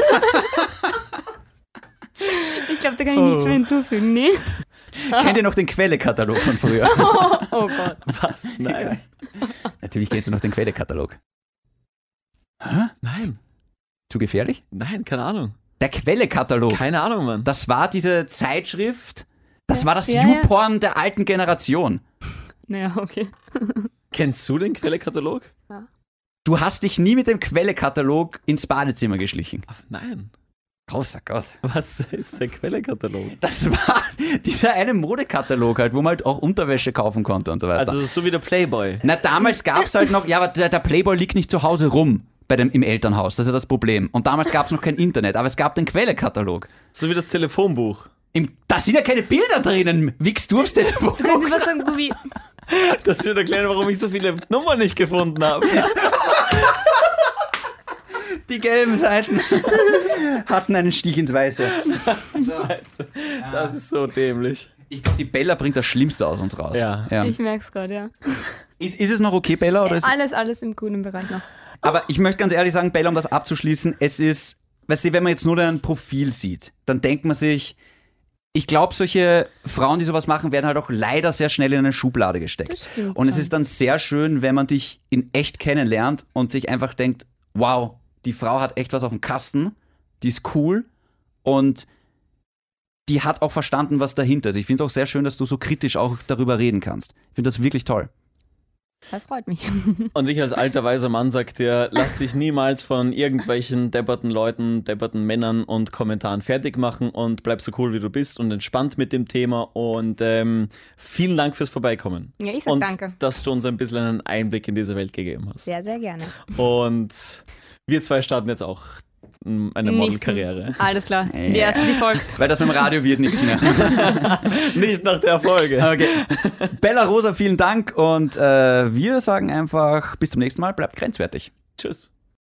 Ich glaube, da kann ich nichts mehr hinzufügen, nee. Kennt ihr noch den Quellekatalog von früher? Oh Gott. Was? Nein. Natürlich kennst du noch den Quellekatalog. Nein. Zu gefährlich? Nein, keine Ahnung. Der Quellekatalog. Keine Ahnung, Mann. Das war diese Zeitschrift, das war das Ja, YouPorn der alten Generation. Naja, okay. Kennst du den Quellekatalog? Du hast dich nie mit dem Quellekatalog ins Badezimmer geschlichen. Nein. Großer Gott. Was ist der Quellekatalog? Das war dieser eine Modekatalog halt, wo man halt auch Unterwäsche kaufen konnte und so weiter. Also so wie der Playboy. Na, damals gab es halt noch, ja, aber der Playboy liegt nicht zu Hause rum im Elternhaus, das ist ja das Problem. Und damals gab es noch kein Internet, aber es gab den Quellekatalog. So wie das Telefonbuch. Da sind ja keine Bilder drinnen. Wickst du aufs Telefon? Können Sie was sagen, so wie... Das wird erklären, warum ich so viele Nummern nicht gefunden habe. Die gelben Seiten hatten einen Stich ins Weiße. Scheiße. Das ist so dämlich. Ich glaube, die Bella bringt das Schlimmste aus uns raus. Ja. Ich merke es gerade, ja. Ist es noch okay, Bella? Oder ist Alles im grünen Bereich noch. Aber ich möchte ganz ehrlich sagen, Bella, um das abzuschließen, es ist, weißt du, wenn man jetzt nur dein Profil sieht, dann denkt man sich, ich glaube, solche Frauen, die sowas machen, werden halt auch leider sehr schnell in eine Schublade gesteckt. Das stimmt Und es schon. ist dann sehr schön, wenn man dich in echt kennenlernt und sich einfach denkt, wow, die Frau hat echt was auf dem Kasten, die ist cool und die hat auch verstanden, was dahinter ist. Ich finde es auch sehr schön, dass du so kritisch auch darüber reden kannst. Ich finde das wirklich toll. Das freut mich. Und ich als alter weiser Mann sag dir, lass dich niemals von irgendwelchen depperten Leuten, depperten Männern und Kommentaren fertig machen und bleib so cool, wie du bist und entspannt mit dem Thema. Und vielen Dank fürs Vorbeikommen. Ja, ich sag und danke. dass du uns ein bisschen einen Einblick in diese Welt gegeben hast. Sehr, sehr gerne. Und wir zwei starten jetzt auch eine Modelkarriere. Alles klar. Die erste, die folgt. Weil das mit dem Radio wird nichts mehr. Nicht nach der Folge. Okay. Bella Rosa, vielen Dank und wir sagen einfach bis zum nächsten Mal. Bleibt grenzwertig. Tschüss.